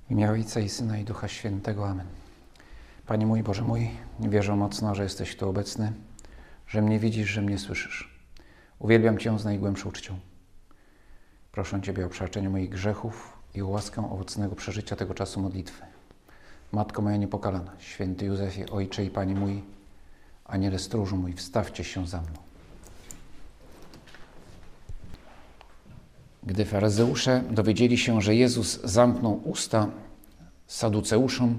W imię Ojca i Syna i Ducha Świętego. Amen. Panie mój, Boże mój, wierzę mocno, że jesteś tu obecny, że mnie widzisz, że mnie słyszysz. Uwielbiam Cię z najgłębszą czcią. Proszę Ciebie o przebaczenie moich grzechów i o łaskę owocnego przeżycia tego czasu modlitwy. Matko moja niepokalana, święty Józefie, Ojcze i Panie mój, Aniele stróżu mój, wstawcie się za mną. Gdy faryzeusze dowiedzieli się, że Jezus zamknął usta saduceuszom,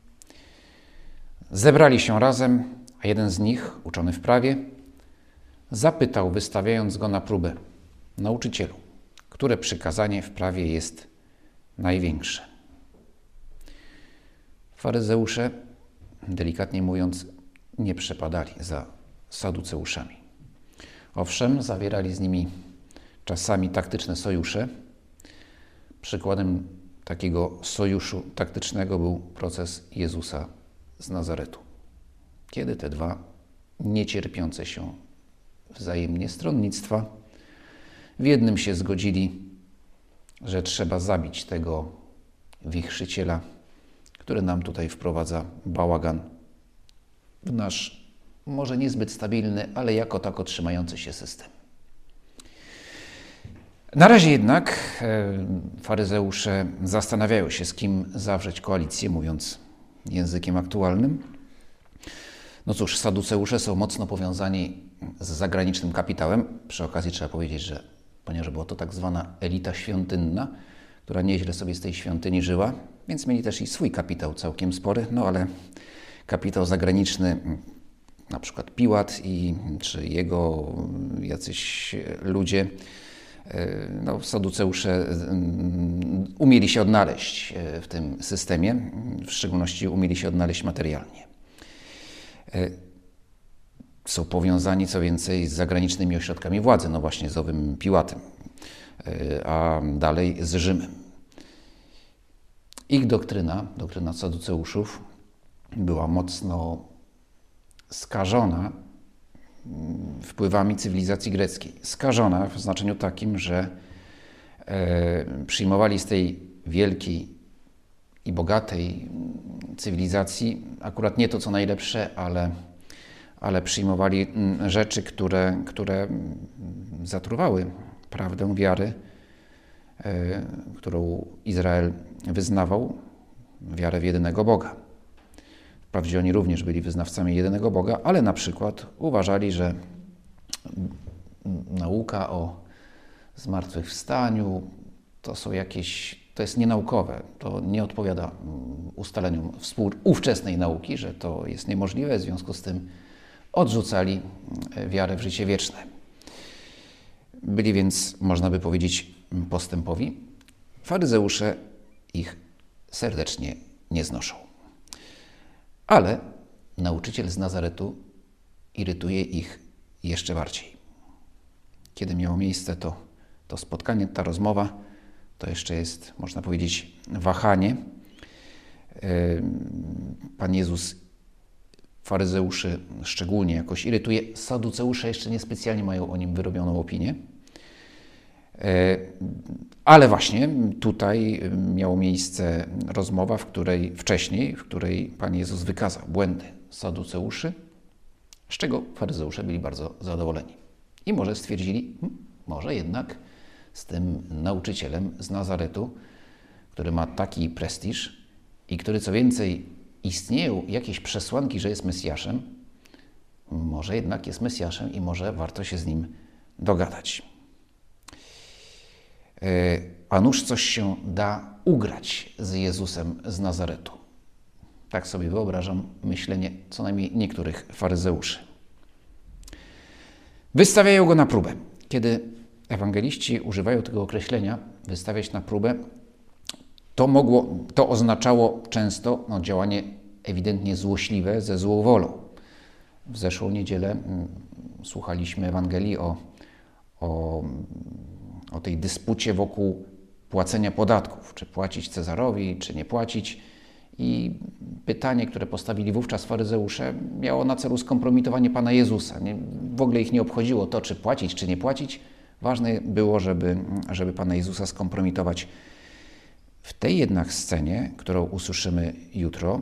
zebrali się razem, a jeden z nich, uczony w prawie, zapytał, wystawiając go na próbę: Nauczycielu, które przykazanie w prawie jest największe? Faryzeusze, delikatnie mówiąc, nie przepadali za saduceuszami. Owszem, zawierali z nimi czasami taktyczne sojusze. Przykładem takiego sojuszu taktycznego był proces Jezusa z Nazaretu, kiedy te dwa niecierpiące się wzajemnie stronnictwa w jednym się zgodzili, że trzeba zabić tego wichrzyciela, który nam tutaj wprowadza bałagan w nasz może niezbyt stabilny, ale jako tako trzymający się system. Na razie jednak faryzeusze zastanawiają się, z kim zawrzeć koalicję, mówiąc językiem aktualnym. No cóż, saduceusze są mocno powiązani z zagranicznym kapitałem. Przy okazji trzeba powiedzieć, że ponieważ była to tak zwana elita świątynna, która nieźle sobie z tej świątyni żyła, więc mieli też i swój kapitał całkiem spory, no ale kapitał zagraniczny, na przykład Piłat czy jego jacyś ludzie, no, saduceusze umieli się odnaleźć w tym systemie, w szczególności umieli się odnaleźć materialnie. Są powiązani, co więcej, z zagranicznymi ośrodkami władzy, no właśnie z owym Piłatem, a dalej z Rzymem. Ich doktryna saduceuszów była mocno skażona wpływami cywilizacji greckiej. Skażona w znaczeniu takim, że przyjmowali z tej wielkiej i bogatej cywilizacji akurat nie to, co najlepsze, ale przyjmowali rzeczy, które zatruwały prawdę wiary, którą Izrael wyznawał, wiarę w jedynego Boga. Wprawdzie oni również byli wyznawcami jedynego Boga, ale na przykład uważali, że nauka o zmartwychwstaniu to jest nienaukowe, to nie odpowiada ustaleniom ówczesnej nauki, że to jest niemożliwe, w związku z tym odrzucali wiarę w życie wieczne. Byli więc, można by powiedzieć, postępowi. Faryzeusze ich serdecznie nie znoszą. Ale nauczyciel z Nazaretu irytuje ich jeszcze bardziej. Kiedy miało miejsce to spotkanie, ta rozmowa, to jeszcze jest, można powiedzieć, wahanie. Pan Jezus faryzeuszy szczególnie jakoś irytuje. Saduceusze jeszcze niespecjalnie mają o nim wyrobioną opinię. Ale właśnie tutaj miało miejsce rozmowa, w której Pan Jezus wykazał błędy saduceuszy, z czego faryzeusze byli bardzo zadowoleni. I może stwierdzili, może jednak z tym nauczycielem z Nazaretu, który ma taki prestiż i który, co więcej, istnieją jakieś przesłanki, że jest Mesjaszem, może jednak jest Mesjaszem i może warto się z nim dogadać. A nuż coś się da ugrać z Jezusem z Nazaretu. Tak sobie wyobrażam myślenie co najmniej niektórych faryzeuszy. Wystawiają go na próbę. Kiedy ewangeliści używają tego określenia, wystawiać na próbę, to oznaczało często działanie ewidentnie złośliwe, ze złą wolą. W zeszłą niedzielę słuchaliśmy Ewangelii o tej dyspucie wokół płacenia podatków. Czy płacić Cezarowi, czy nie płacić. I pytanie, które postawili wówczas faryzeusze, miało na celu skompromitowanie Pana Jezusa. W ogóle ich nie obchodziło to, czy płacić, czy nie płacić. Ważne było, żeby Pana Jezusa skompromitować W tej jednak scenie, którą usłyszymy jutro,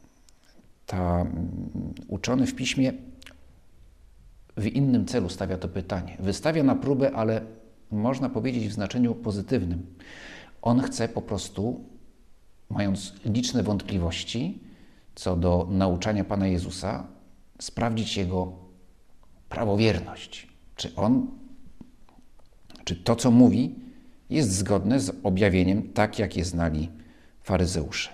uczony w piśmie w innym celu stawia to pytanie. Wystawia na próbę, ale można powiedzieć w znaczeniu pozytywnym. On chce po prostu, mając liczne wątpliwości co do nauczania Pana Jezusa, sprawdzić Jego prawowierność. Czy to, co mówi, jest zgodne z objawieniem, tak jak je znali faryzeusze.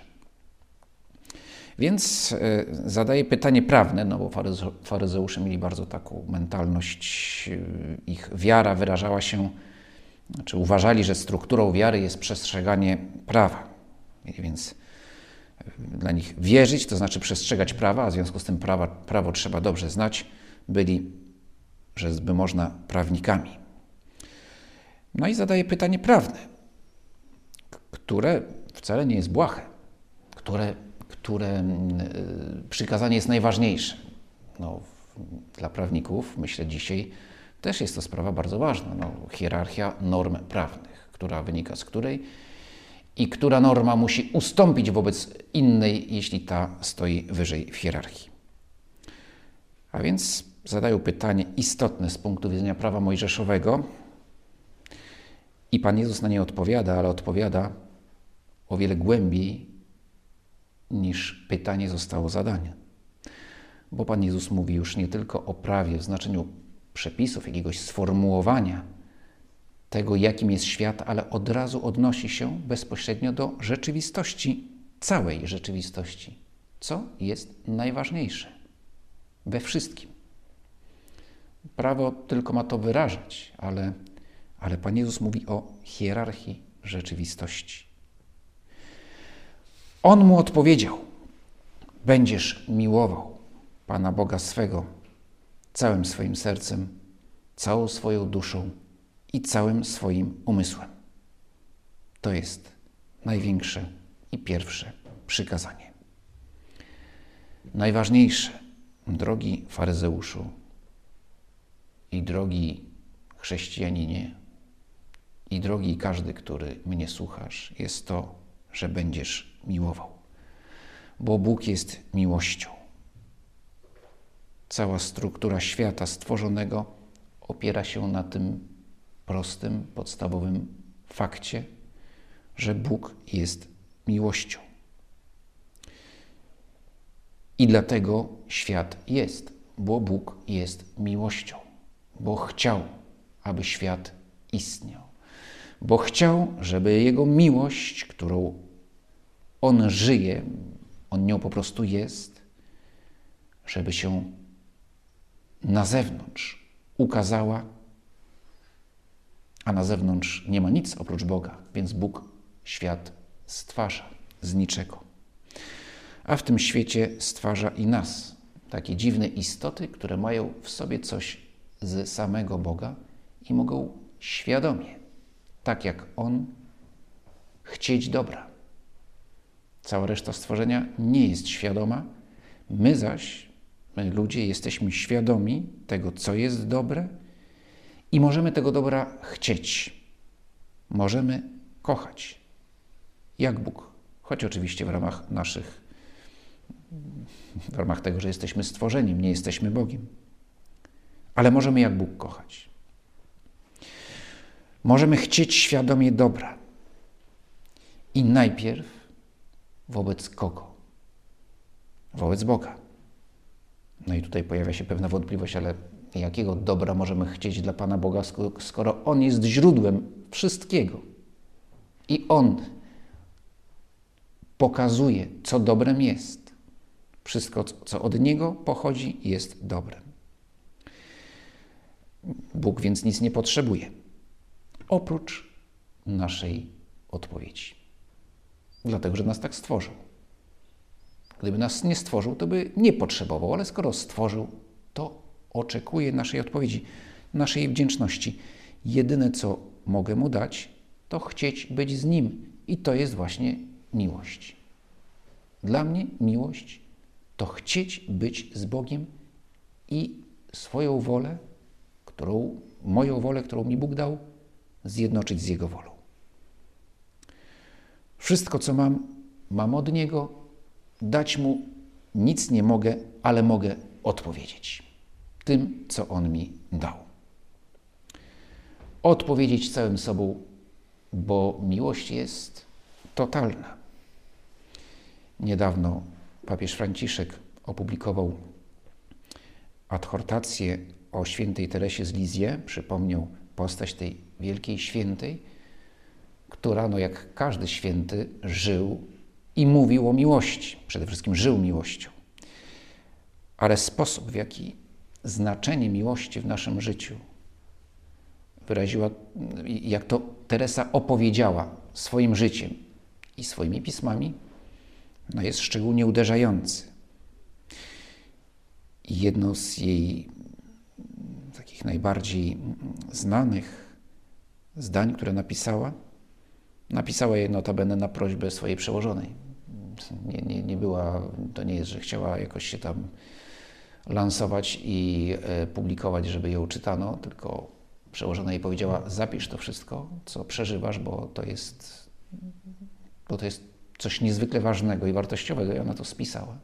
Więc zadaje pytanie prawne, no bo faryzeusze mieli bardzo taką mentalność, ich wiara wyrażała się, znaczy uważali, że strukturą wiary jest przestrzeganie prawa. Więc dla nich wierzyć, to znaczy przestrzegać prawa, a w związku z tym prawo trzeba dobrze znać, byli, że by można, prawnikami. No i zadaje pytanie prawne, które wcale nie jest błahe, które przykazanie jest najważniejsze. No, dla prawników, myślę dzisiaj, też jest to sprawa bardzo ważna. No, hierarchia norm prawnych, która wynika z której i która norma musi ustąpić wobec innej, jeśli ta stoi wyżej w hierarchii. A więc zadają pytanie istotne z punktu widzenia prawa mojżeszowego i Pan Jezus na nie odpowiada, ale odpowiada o wiele głębiej niż pytanie zostało zadane. Bo Pan Jezus mówi już nie tylko o prawie w znaczeniu przepisów, jakiegoś sformułowania tego, jakim jest świat, ale od razu odnosi się bezpośrednio do rzeczywistości, całej rzeczywistości. Co jest najważniejsze we wszystkim. Prawo tylko ma to wyrażać, ale Pan Jezus mówi o hierarchii rzeczywistości. On mu odpowiedział: będziesz miłował Pana Boga swego całym swoim sercem, całą swoją duszą i całym swoim umysłem. To jest największe i pierwsze przykazanie. Najważniejsze, drogi faryzeuszu i drogi chrześcijaninie i drogi każdy, który mnie słuchasz, jest to, że będziesz miłował. Bo Bóg jest miłością. Cała struktura świata stworzonego opiera się na tym prostym, podstawowym fakcie, że Bóg jest miłością. I dlatego świat jest, bo Bóg jest miłością, bo chciał, aby świat istniał, bo chciał, żeby Jego miłość, którą On żyje, On nią po prostu jest, żeby się na zewnątrz ukazała, a na zewnątrz nie ma nic oprócz Boga, więc Bóg świat stwarza z niczego. A w tym świecie stwarza i nas, takie dziwne istoty, które mają w sobie coś z samego Boga i mogą świadomie, tak jak On, chcieć dobra. Cała reszta stworzenia nie jest świadoma, my zaś, my ludzie, jesteśmy świadomi tego, co jest dobre i możemy tego dobra chcieć. Możemy kochać, jak Bóg, choć oczywiście w ramach tego, że jesteśmy stworzeniem, nie jesteśmy Bogiem. Ale możemy jak Bóg kochać. Możemy chcieć świadomie dobra. I najpierw wobec kogo? Wobec Boga. No i tutaj pojawia się pewna wątpliwość, ale jakiego dobra możemy chcieć dla Pana Boga, skoro On jest źródłem wszystkiego. I On pokazuje, co dobrem jest. Wszystko, co od Niego pochodzi, jest dobrem. Bóg więc nic nie potrzebuje, oprócz naszej odpowiedzi. Dlatego, że nas tak stworzył. Gdyby nas nie stworzył, to by nie potrzebował, ale skoro stworzył, to oczekuje naszej odpowiedzi, naszej wdzięczności. Jedyne, co mogę Mu dać, to chcieć być z Nim. I to jest właśnie miłość. Dla mnie miłość to chcieć być z Bogiem i swoją wolę, moją wolę, którą mi Bóg dał, zjednoczyć z Jego wolą. Wszystko, co mam, mam od Niego. Dać Mu nic nie mogę, ale mogę odpowiedzieć tym, co On mi dał. Odpowiedzieć całym sobą, bo miłość jest totalna. Niedawno papież Franciszek opublikował adhortację o świętej Teresie z Lizie, przypomniał postać tej wielkiej świętej, która, jak każdy święty, żył i mówił o miłości. Przede wszystkim żył miłością. Ale sposób, w jaki znaczenie miłości w naszym życiu wyraziła, jak to Teresa opowiedziała swoim życiem i swoimi pismami, jest szczególnie uderzający. I jedno z jej takich najbardziej znanych zdań, które napisała je notabene na prośbę swojej przełożonej. To nie jest, że chciała jakoś się tam lansować i publikować, żeby ją czytano, tylko przełożona jej powiedziała: zapisz to wszystko, co przeżywasz, bo to jest coś niezwykle ważnego i wartościowego. I ona to spisała.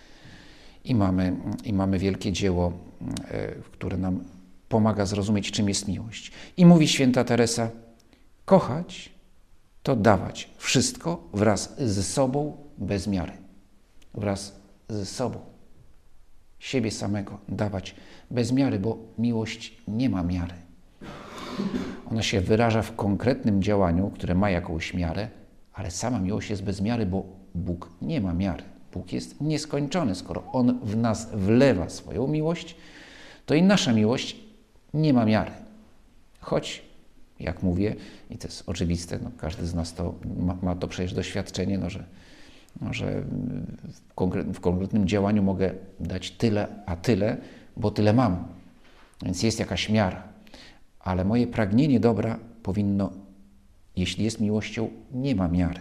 I mamy wielkie dzieło, które nam pomaga zrozumieć, czym jest miłość. I mówi święta Teresa: kochać to dawać wszystko wraz ze sobą bez miary. Wraz ze sobą. Siebie samego dawać bez miary, bo miłość nie ma miary. Ona się wyraża w konkretnym działaniu, które ma jakąś miarę, ale sama miłość jest bez miary, bo Bóg nie ma miary. Bóg jest nieskończony. Skoro On w nas wlewa swoją miłość, to i nasza miłość nie ma miary. Choć, jak mówię, i to jest oczywiste, każdy z nas ma to przecież doświadczenie, że w konkretnym działaniu mogę dać tyle, a tyle, bo tyle mam. Więc jest jakaś miara. Ale moje pragnienie dobra powinno, jeśli jest miłością, nie ma miary.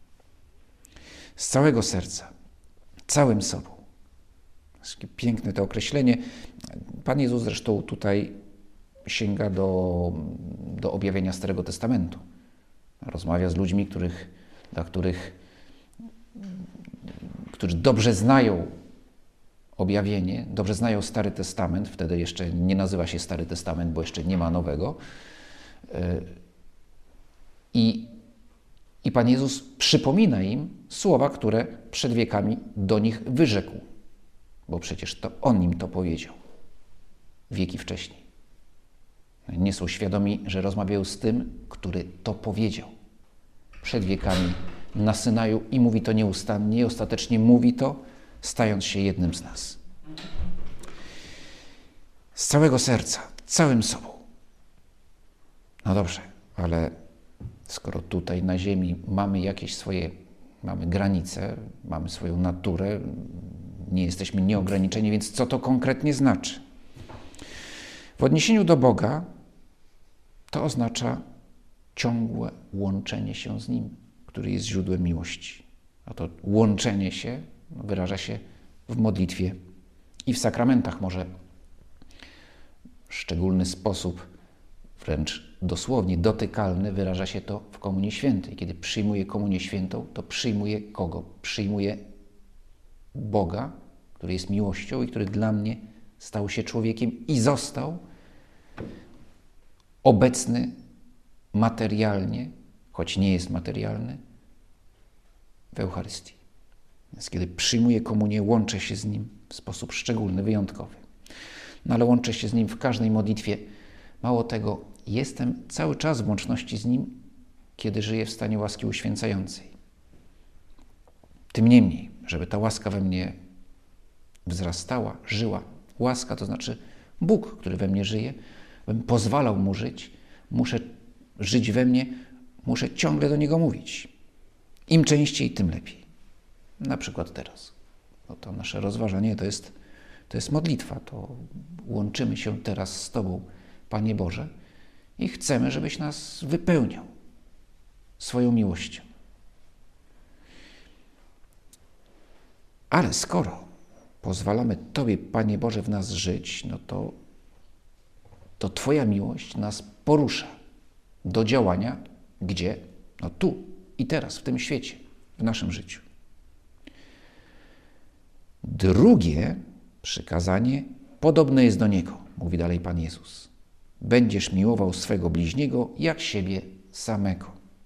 Z całego serca, całym sobą. Piękne to określenie. Pan Jezus zresztą tutaj sięga do objawienia Starego Testamentu. Rozmawia z ludźmi, którzy dobrze znają objawienie, dobrze znają Stary Testament, wtedy jeszcze nie nazywa się Stary Testament, bo jeszcze nie ma Nowego. I Pan Jezus przypomina im słowa, które przed wiekami do nich wyrzekł, bo przecież to On im to powiedział wieki wcześniej. Nie są świadomi, że rozmawiają z tym, który to powiedział przed wiekami na Synaju i mówi to nieustannie i ostatecznie mówi to, stając się jednym z nas. Z całego serca, całym sobą. No dobrze, ale skoro tutaj na ziemi mamy jakieś mamy granice, mamy swoją naturę, nie jesteśmy nieograniczeni, więc co to konkretnie znaczy? W odniesieniu do Boga to oznacza ciągłe łączenie się z Nim, który jest źródłem miłości. A to łączenie się wyraża się w modlitwie i w sakramentach. Może w szczególny sposób, wręcz dosłownie dotykalny, wyraża się to w Komunii Świętej. Kiedy przyjmuję Komunię Świętą, to przyjmuję kogo? Przyjmuję Boga, który jest miłością i który dla mnie stał się człowiekiem i został obecny materialnie, choć nie jest materialny, w Eucharystii. Więc kiedy przyjmuję komunię, łączę się z Nim w sposób szczególny, wyjątkowy. No ale łączę się z Nim w każdej modlitwie. Mało tego, jestem cały czas w łączności z Nim, kiedy żyję w stanie łaski uświęcającej. Tym niemniej, żeby ta łaska we mnie wzrastała, żyła. Łaska to znaczy Bóg, który we mnie żyje, bym pozwalał Mu żyć, muszę żyć we mnie, muszę ciągle do Niego mówić. Im częściej, tym lepiej. Na przykład teraz. To nasze rozważanie to jest modlitwa. To łączymy się teraz z Tobą, Panie Boże, i chcemy, żebyś nas wypełniał swoją miłością. Ale skoro pozwalamy Tobie, Panie Boże, w nas żyć, no to Twoja miłość nas porusza do działania, gdzie? No tu i teraz, w tym świecie, w naszym życiu. Drugie przykazanie podobne jest do niego, mówi dalej Pan Jezus. Będziesz miłował swego bliźniego jak siebie samego.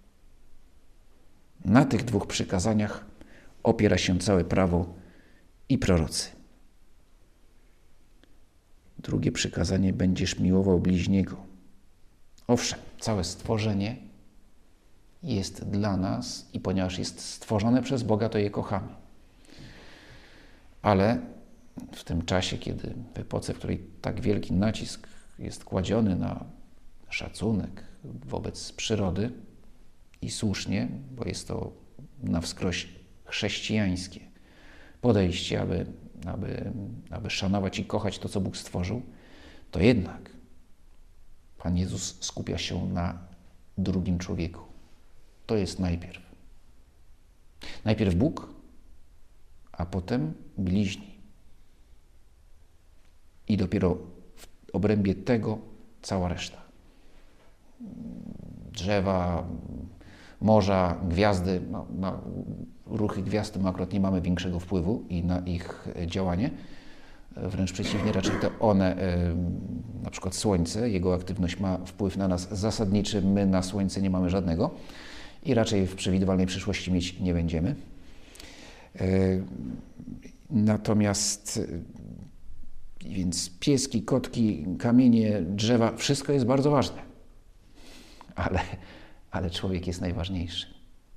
Na tych dwóch przykazaniach opiera się całe prawo i prorocy. Drugie przykazanie, będziesz miłował bliźniego. Owszem, całe stworzenie jest dla nas i ponieważ jest stworzone przez Boga, to je kochamy. Ale w tym czasie, w epoce, w której tak wielki nacisk jest kładziony na szacunek wobec przyrody i słusznie, bo jest to na wskroś chrześcijańskie podejście, aby szanować i kochać to, co Bóg stworzył, to jednak Pan Jezus skupia się na drugim człowieku. To jest najpierw. Najpierw Bóg, a potem bliźni. I dopiero w obrębie tego cała reszta. Drzewa, morza, gwiazdy. Na ruchy gwiazd my akurat nie mamy większego wpływu i na ich działanie. Wręcz przeciwnie, raczej to one, na przykład Słońce, jego aktywność ma wpływ na nas zasadniczy, my na Słońce nie mamy żadnego i raczej w przewidywalnej przyszłości mieć nie będziemy. Natomiast więc pieski, kotki, kamienie, drzewa, wszystko jest bardzo ważne. Ale człowiek jest najważniejszy.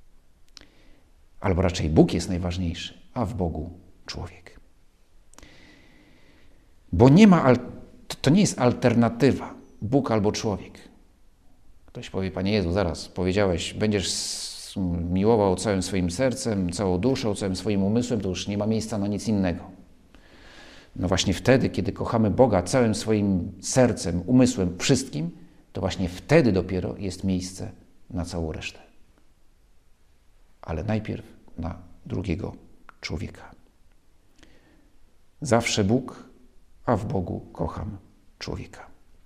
Albo raczej Bóg jest najważniejszy, a w Bogu człowiek. Bo to nie jest alternatywa, Bóg albo człowiek. Ktoś powie, Panie Jezu, zaraz powiedziałeś, będziesz miłował całym swoim sercem, całą duszą, całym swoim umysłem, to już nie ma miejsca na nic innego. No właśnie wtedy, kiedy kochamy Boga całym swoim sercem, umysłem, wszystkim, to właśnie wtedy dopiero jest miejsce na całą resztę. Ale najpierw na drugiego człowieka. Zawsze Bóg, a w Bogu kocham człowieka.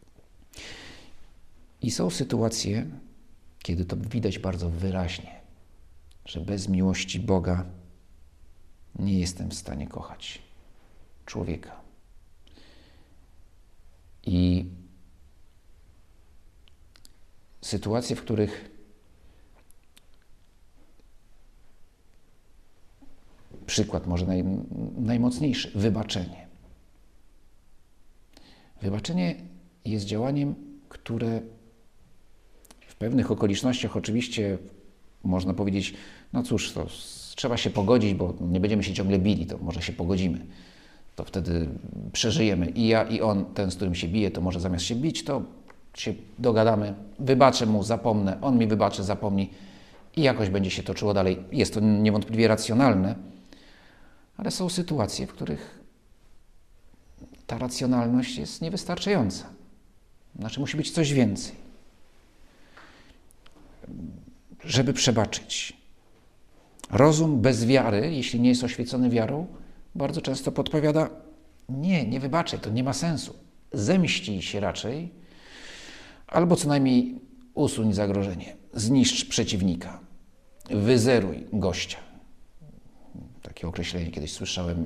I są sytuacje, kiedy to widać bardzo wyraźnie, że bez miłości Boga nie jestem w stanie kochać człowieka. I sytuacje, w których przykład może najmocniejszy, wybaczenie. Wybaczenie jest działaniem, które w pewnych okolicznościach oczywiście można powiedzieć, no cóż, to trzeba się pogodzić, bo nie będziemy się ciągle bili, to może się pogodzimy. To wtedy przeżyjemy i ja, i on, ten, z którym się bije, to może zamiast się bić, to się dogadamy, wybaczę mu, zapomnę, on mi wybaczy, zapomni i jakoś będzie się toczyło dalej. Jest to niewątpliwie racjonalne, ale są sytuacje, w których ta racjonalność jest niewystarczająca. Znaczy musi być coś więcej. Żeby przebaczyć. Rozum bez wiary, jeśli nie jest oświecony wiarą, bardzo często podpowiada, nie wybaczaj, to nie ma sensu. Zemścij się raczej, albo co najmniej usuń zagrożenie. Zniszcz przeciwnika. Wyzeruj gościa. Takie określenie kiedyś słyszałem,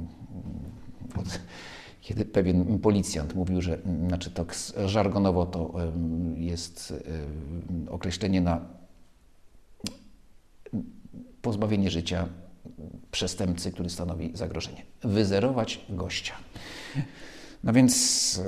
kiedy pewien policjant mówił, że znaczy tak żargonowo to jest określenie na pozbawienie życia przestępcy, który stanowi zagrożenie. Wyzerować gościa. No więc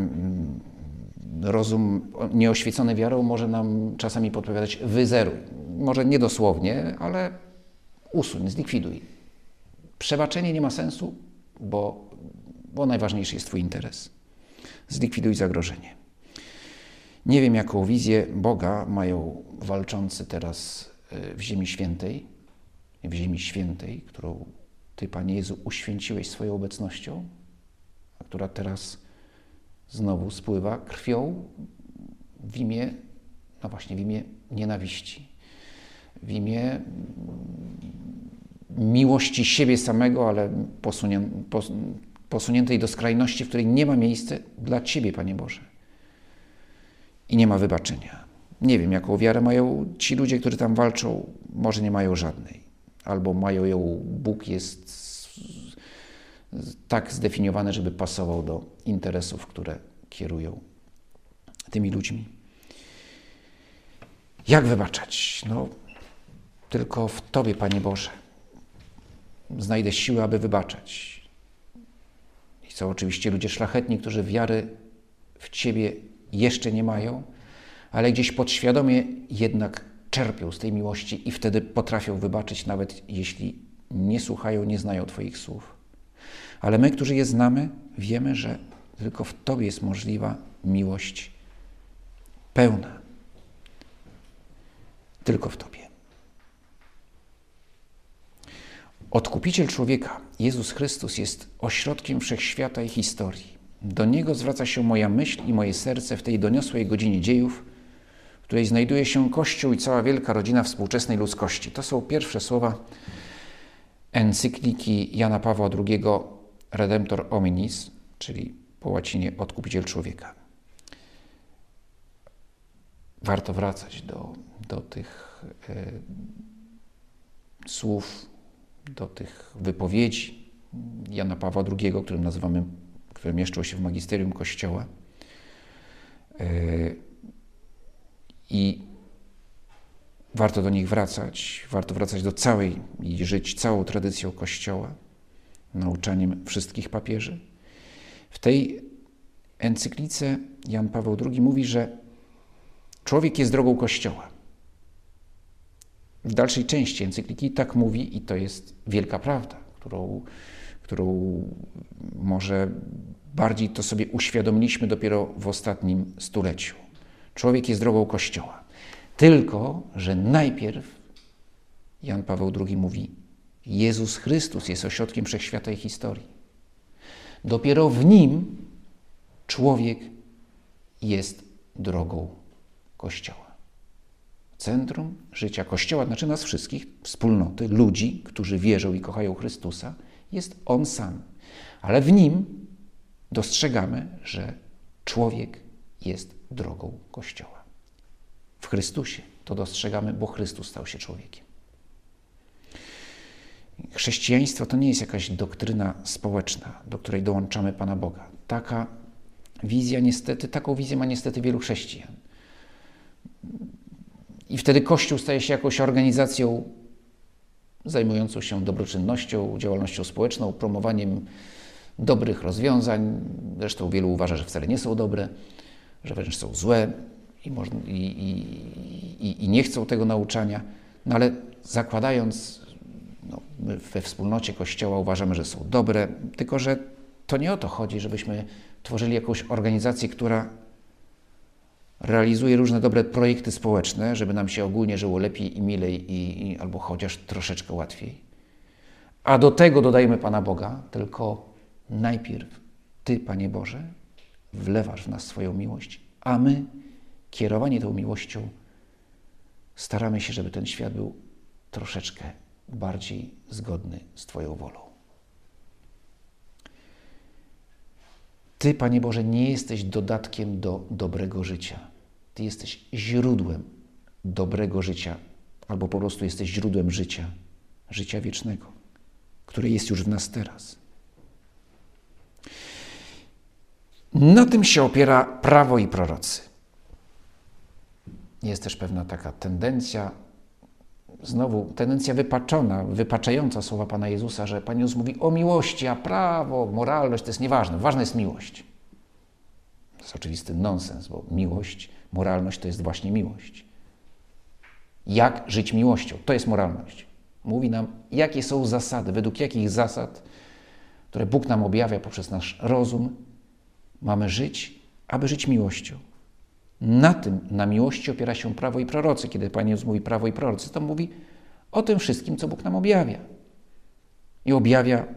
rozum nieoświecony wiarą może nam czasami podpowiadać wyzeruj. Może nie dosłownie, ale usuń, zlikwiduj. Przebaczenie nie ma sensu, bo najważniejszy jest Twój interes. Zlikwiduj zagrożenie. Nie wiem, jaką wizję Boga mają walczący teraz w Ziemi Świętej, którą Ty, Panie Jezu, uświęciłeś swoją obecnością, a która teraz znowu spływa krwią w imię nienawiści, w imię miłości siebie samego, ale posuniętej do skrajności, w której nie ma miejsca dla Ciebie, Panie Boże. I nie ma wybaczenia. Nie wiem, jaką wiarę mają ci ludzie, którzy tam walczą. może nie mają żadnej, albo mają ją, Bóg jest tak zdefiniowany, żeby pasował do interesów, które kierują tymi ludźmi. Jak wybaczać? No, tylko w Tobie, Panie Boże, znajdę siłę, aby wybaczać. I są oczywiście ludzie szlachetni, którzy wiary w Ciebie jeszcze nie mają, ale gdzieś podświadomie jednak czerpią z tej miłości i wtedy potrafią wybaczyć, nawet jeśli nie słuchają, nie znają Twoich słów. Ale my, którzy je znamy, wiemy, że tylko w Tobie jest możliwa miłość pełna. Tylko w Tobie. Odkupiciel człowieka, Jezus Chrystus, jest ośrodkiem wszechświata i historii. Do Niego zwraca się moja myśl i moje serce w tej doniosłej godzinie dziejów, w której znajduje się Kościół i cała wielka rodzina współczesnej ludzkości. To są pierwsze słowa encykliki Jana Pawła II Redemptor Hominis, czyli po łacinie Odkupiciel człowieka. Warto wracać do tych słów, do tych wypowiedzi Jana Pawła II, które mieszczą się w magisterium Kościoła. I warto do nich wracać, warto wracać do całej i żyć całą tradycją Kościoła, nauczaniem wszystkich papieży. W tej encyklice Jan Paweł II mówi, że człowiek jest drogą Kościoła. W dalszej części encykliki tak mówi i to jest wielka prawda, którą może bardziej to sobie uświadomiliśmy dopiero w ostatnim stuleciu. Człowiek jest drogą Kościoła. Tylko że najpierw Jan Paweł II mówi, Jezus Chrystus jest ośrodkiem wszechświata i historii. Dopiero w Nim człowiek jest drogą Kościoła. Centrum życia Kościoła, znaczy nas wszystkich, wspólnoty, ludzi, którzy wierzą i kochają Chrystusa, jest On sam. Ale w Nim dostrzegamy, że człowiek jest drogą Kościoła. W Chrystusie to dostrzegamy, bo Chrystus stał się człowiekiem. Chrześcijaństwo to nie jest jakaś doktryna społeczna, do której dołączamy Pana Boga. Taką wizję ma niestety wielu chrześcijan. I wtedy Kościół staje się jakąś organizacją zajmującą się dobroczynnością, działalnością społeczną, promowaniem dobrych rozwiązań. Zresztą wielu uważa, że wcale nie są dobre, że wręcz są złe i nie chcą tego nauczania. No ale zakładając, my we wspólnocie Kościoła uważamy, że są dobre, tylko że to nie o to chodzi, żebyśmy tworzyli jakąś organizację, która realizuje różne dobre projekty społeczne, żeby nam się ogólnie żyło lepiej i milej, albo chociaż troszeczkę łatwiej. A do tego dodajemy Pana Boga, tylko najpierw Ty, Panie Boże, wlewasz w nas swoją miłość, a my, kierowani tą miłością, staramy się, żeby ten świat był troszeczkę bardziej zgodny z Twoją wolą. Ty, Panie Boże, nie jesteś dodatkiem do dobrego życia. Ty jesteś źródłem dobrego życia, albo po prostu jesteś źródłem życia, życia wiecznego, które jest już w nas teraz. Na tym się opiera prawo i prorocy. Jest też pewna taka tendencja, znowu tendencja wypaczająca słowa Pana Jezusa, że Pan Jezus mówi o miłości, a prawo, moralność to jest nieważne. Ważna jest miłość. To jest oczywisty nonsens, bo miłość, moralność to jest właśnie miłość. Jak żyć miłością? To jest moralność. Mówi nam, jakie są zasady, według jakich zasad, które Bóg nam objawia poprzez nasz rozum, mamy żyć, aby żyć miłością. Na miłości opiera się prawo i prorocy. Kiedy Pan Jezus mówi prawo i prorocy, to mówi o tym wszystkim, co Bóg nam objawia. I objawia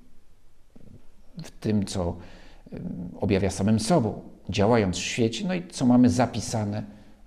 w tym, co objawia samym sobą, działając w świecie, no i co mamy zapisane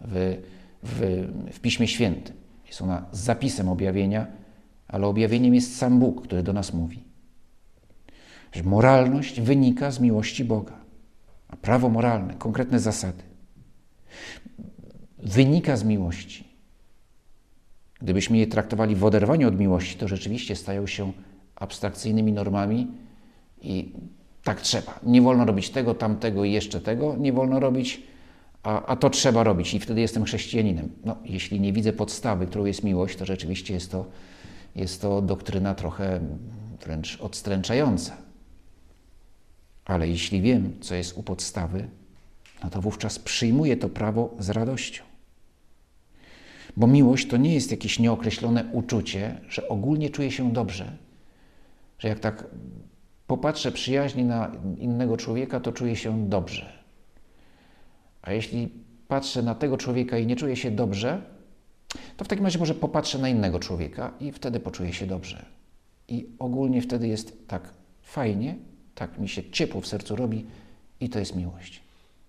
w Piśmie Świętym. Jest ona zapisem objawienia, ale objawieniem jest sam Bóg, który do nas mówi. Że moralność wynika z miłości Boga, a prawo moralne, konkretne zasady, wynika z miłości. Gdybyśmy je traktowali w oderwaniu od miłości, to rzeczywiście stają się abstrakcyjnymi normami i tak trzeba. Nie wolno robić tego, tamtego i jeszcze tego nie wolno robić, a to trzeba robić i wtedy jestem chrześcijaninem. No, jeśli nie widzę podstawy, którą jest miłość, to rzeczywiście jest to doktryna trochę wręcz odstręczająca. Ale jeśli wiem, co jest u podstawy, no to wówczas przyjmuję to prawo z radością. Bo miłość to nie jest jakieś nieokreślone uczucie, że ogólnie czuję się dobrze, że jak tak popatrzę przyjaźnie na innego człowieka, to czuję się dobrze. A jeśli patrzę na tego człowieka i nie czuję się dobrze, to w takim razie może popatrzę na innego człowieka i wtedy poczuję się dobrze. I ogólnie wtedy jest tak fajnie, tak mi się ciepło w sercu robi i to jest miłość.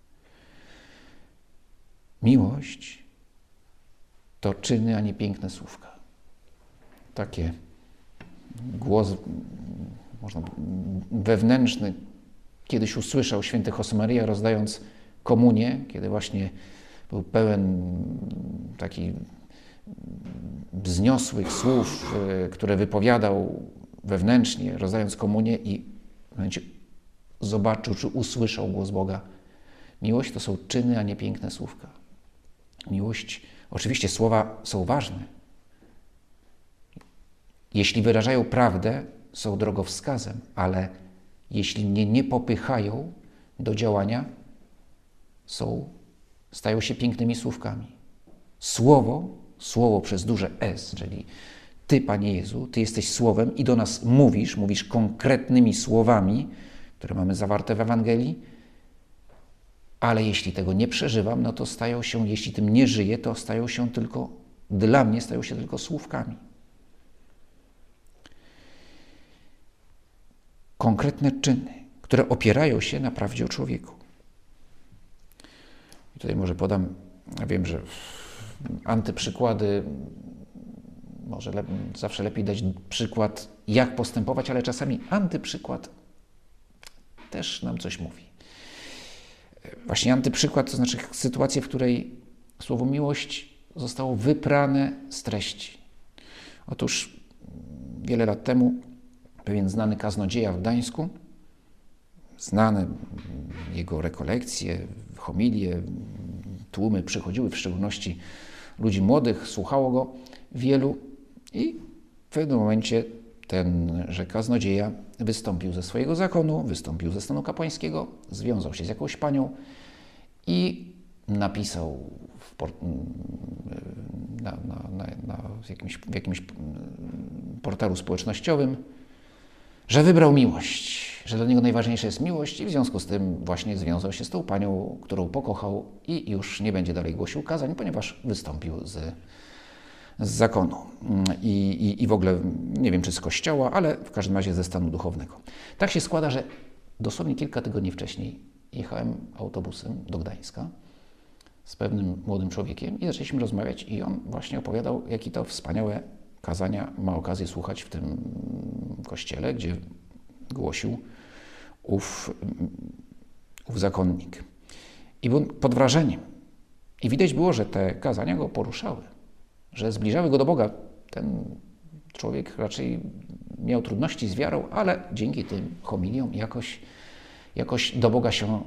Miłość to czyny, a nie piękne słówka. Takie głos wewnętrzny kiedyś usłyszał święty Josemaria, rozdając komunię, kiedy właśnie był pełen takich wzniosłych słów, które wypowiadał wewnętrznie, rozdając komunię i w momencie zobaczył, czy usłyszał głos Boga. Miłość to są czyny, a nie piękne słówka. Miłość, oczywiście słowa są ważne. Jeśli wyrażają prawdę, są drogowskazem, ale jeśli mnie nie popychają do działania, stają się pięknymi słówkami. Słowo przez duże S, czyli Ty, Panie Jezu, Ty jesteś Słowem i do nas mówisz konkretnymi słowami, które mamy zawarte w Ewangelii, ale jeśli tego nie przeżywam, no to stają się, jeśli tym nie żyję, to dla mnie stają się tylko słówkami. Konkretne czyny, które opierają się na prawdzie o człowieku. I tutaj może podam, ja wiem, że antyprzykłady, może zawsze lepiej dać przykład, jak postępować, ale czasami antyprzykład też nam coś mówi. Właśnie antyprzykład to znaczy sytuacja, w której słowo miłość zostało wyprane z treści. Otóż wiele lat temu pewien znany kaznodzieja w Gdańsku, znane jego rekolekcje, homilie, tłumy przychodziły, w szczególności ludzi młodych, słuchało go wielu i w pewnym momencie tenże kaznodzieja wystąpił ze swojego zakonu, wystąpił ze stanu kapłańskiego, związał się z jakąś panią i napisał w jakimś portalu społecznościowym, że wybrał miłość, że dla niego najważniejsza jest miłość i w związku z tym właśnie związał się z tą panią, którą pokochał i już nie będzie dalej głosił kazań, ponieważ wystąpił z zakonu i w ogóle nie wiem, czy z kościoła, ale w każdym razie ze stanu duchownego. Tak się składa, że dosłownie kilka tygodni wcześniej jechałem autobusem do Gdańska z pewnym młodym człowiekiem i zaczęliśmy rozmawiać i on właśnie opowiadał, jakie to wspaniałe kazania ma okazję słuchać w tym kościele, gdzie głosił ów zakonnik. I był pod wrażeniem. I widać było, że te kazania go poruszały, że zbliżały go do Boga. Ten człowiek raczej miał trudności z wiarą, ale dzięki tym homiliom jakoś do Boga się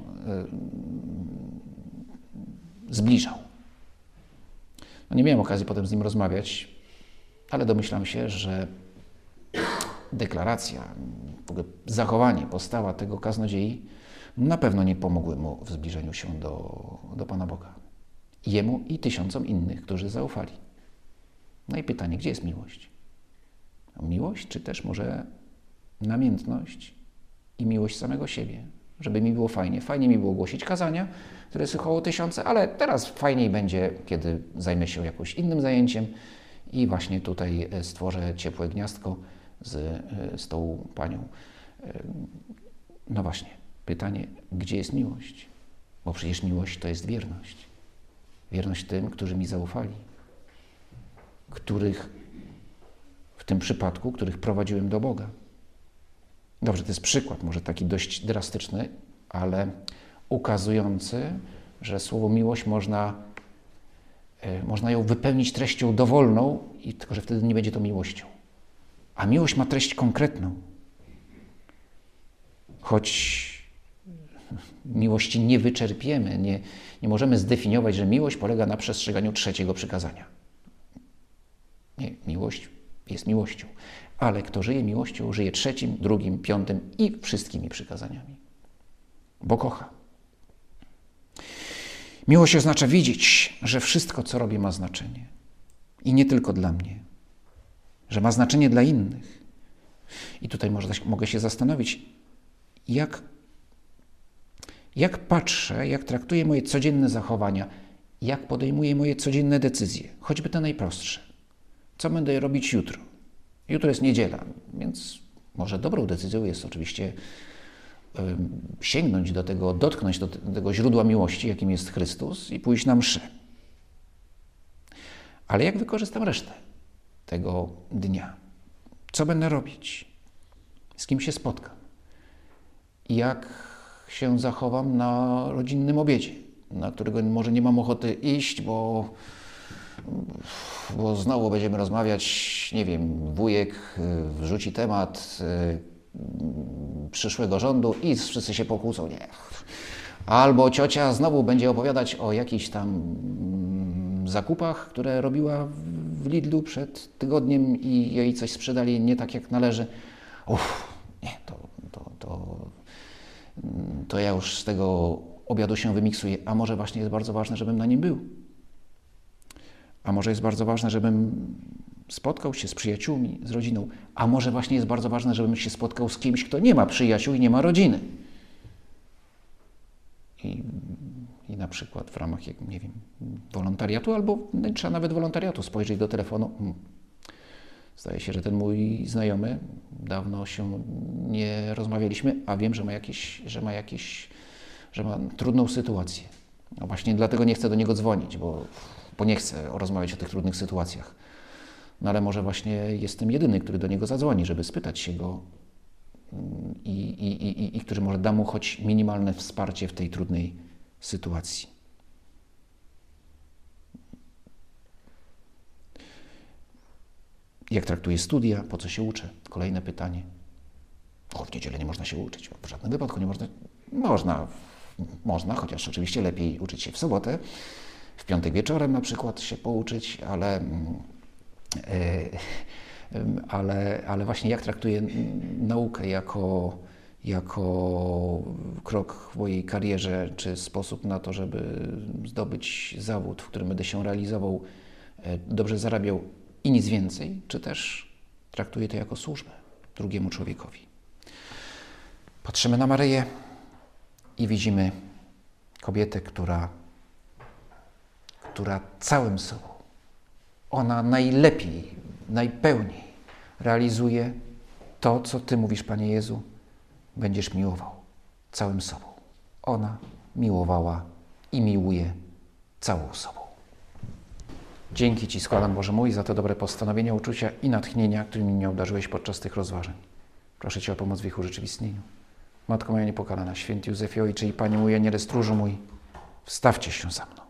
zbliżał. No nie miałem okazji potem z nim rozmawiać, ale domyślam się, że deklaracja, w ogóle zachowanie, postawa tego kaznodziei na pewno nie pomogły mu w zbliżeniu się do Pana Boga. Jemu i tysiącom innych, którzy zaufali. No i pytanie, gdzie jest miłość? Miłość, czy też może namiętność i miłość samego siebie? Żeby mi było fajnie. Fajnie mi było głosić kazania, które słuchało tysiące, ale teraz fajniej będzie, kiedy zajmę się jakimś innym zajęciem i właśnie tutaj stworzę ciepłe gniazdko z tą panią. No właśnie, pytanie, gdzie jest miłość? Bo przecież miłość to jest wierność. Wierność tym, którzy mi zaufali, których w tym przypadku, których prowadziłem do Boga. Dobrze, to jest przykład, może taki dość drastyczny, ale ukazujący, że słowo miłość można Można ją wypełnić treścią dowolną, tylko że wtedy nie będzie to miłością. A miłość ma treść konkretną. Choć miłości nie wyczerpiemy, nie możemy zdefiniować, że miłość polega na przestrzeganiu 3. przykazania. Nie, miłość jest miłością. Ale kto żyje miłością, żyje 3., 2., 5. i wszystkimi przykazaniami. Bo kocha. Miłość oznacza widzieć, że wszystko, co robię, ma znaczenie. I nie tylko dla mnie. Że ma znaczenie dla innych. I tutaj mogę się zastanowić, jak patrzę, jak traktuję moje codzienne zachowania, jak podejmuję moje codzienne decyzje, choćby te najprostsze. Co będę robić jutro? Jutro jest niedziela, więc może dobrą decyzją jest oczywiście sięgnąć do tego, dotknąć do tego źródła miłości, jakim jest Chrystus i pójść na mszę. Ale jak wykorzystam resztę tego dnia? Co będę robić? Z kim się spotkam? Jak się zachowam na rodzinnym obiedzie, na którego może nie mam ochoty iść, bo znowu będziemy rozmawiać, nie wiem, wujek wrzuci temat przyszłego rządu i wszyscy się pokłócą. Nie. Albo ciocia znowu będzie opowiadać o jakichś tam zakupach, które robiła w Lidlu przed tygodniem i jej coś sprzedali nie tak jak należy. Nie, to ja już z tego obiadu się wymiksuję. A może właśnie jest bardzo ważne, żebym na nim był. A może jest bardzo ważne, żebym spotkał się z przyjaciółmi, z rodziną. A może właśnie jest bardzo ważne, żebym się spotkał z kimś, kto nie ma przyjaciół i nie ma rodziny. I na przykład w ramach, nie wiem, wolontariatu, albo nie trzeba nawet wolontariatu, spojrzeć do telefonu. Zdaje się, że ten mój znajomy, dawno się nie rozmawialiśmy, a wiem, że ma trudną sytuację. No właśnie dlatego nie chcę do niego dzwonić, bo nie chcę rozmawiać o tych trudnych sytuacjach. No ale może właśnie jestem jedyny, który do niego zadzwoni, żeby spytać się go i który może da mu choć minimalne wsparcie w tej trudnej sytuacji. Jak traktuję studia? Po co się uczę? Kolejne pytanie. W niedzielę nie można się uczyć. W żadnym wypadku nie można. Można, chociaż oczywiście lepiej uczyć się w sobotę, w piątek wieczorem na przykład się pouczyć, ale właśnie jak traktuję naukę jako krok w mojej karierze, czy sposób na to, żeby zdobyć zawód, w którym będę się realizował, dobrze zarabiał i nic więcej, czy też traktuję to jako służbę drugiemu człowiekowi. Patrzymy na Maryję i widzimy kobietę, która całym sobą, ona najlepiej, najpełniej realizuje to, co Ty mówisz, Panie Jezu, będziesz miłował całym sobą. Ona miłowała i miłuje całą sobą. Dzięki Ci składam, Boże mój, za te dobre postanowienia, uczucia i natchnienia, którymi mnie obdarzyłeś podczas tych rozważań. Proszę Cię o pomoc w ich urzeczywistnieniu. Matko moja niepokalana, święty Józefie, Ojcze i Panie mój, Aniele stróżu mój, wstawcie się za mną.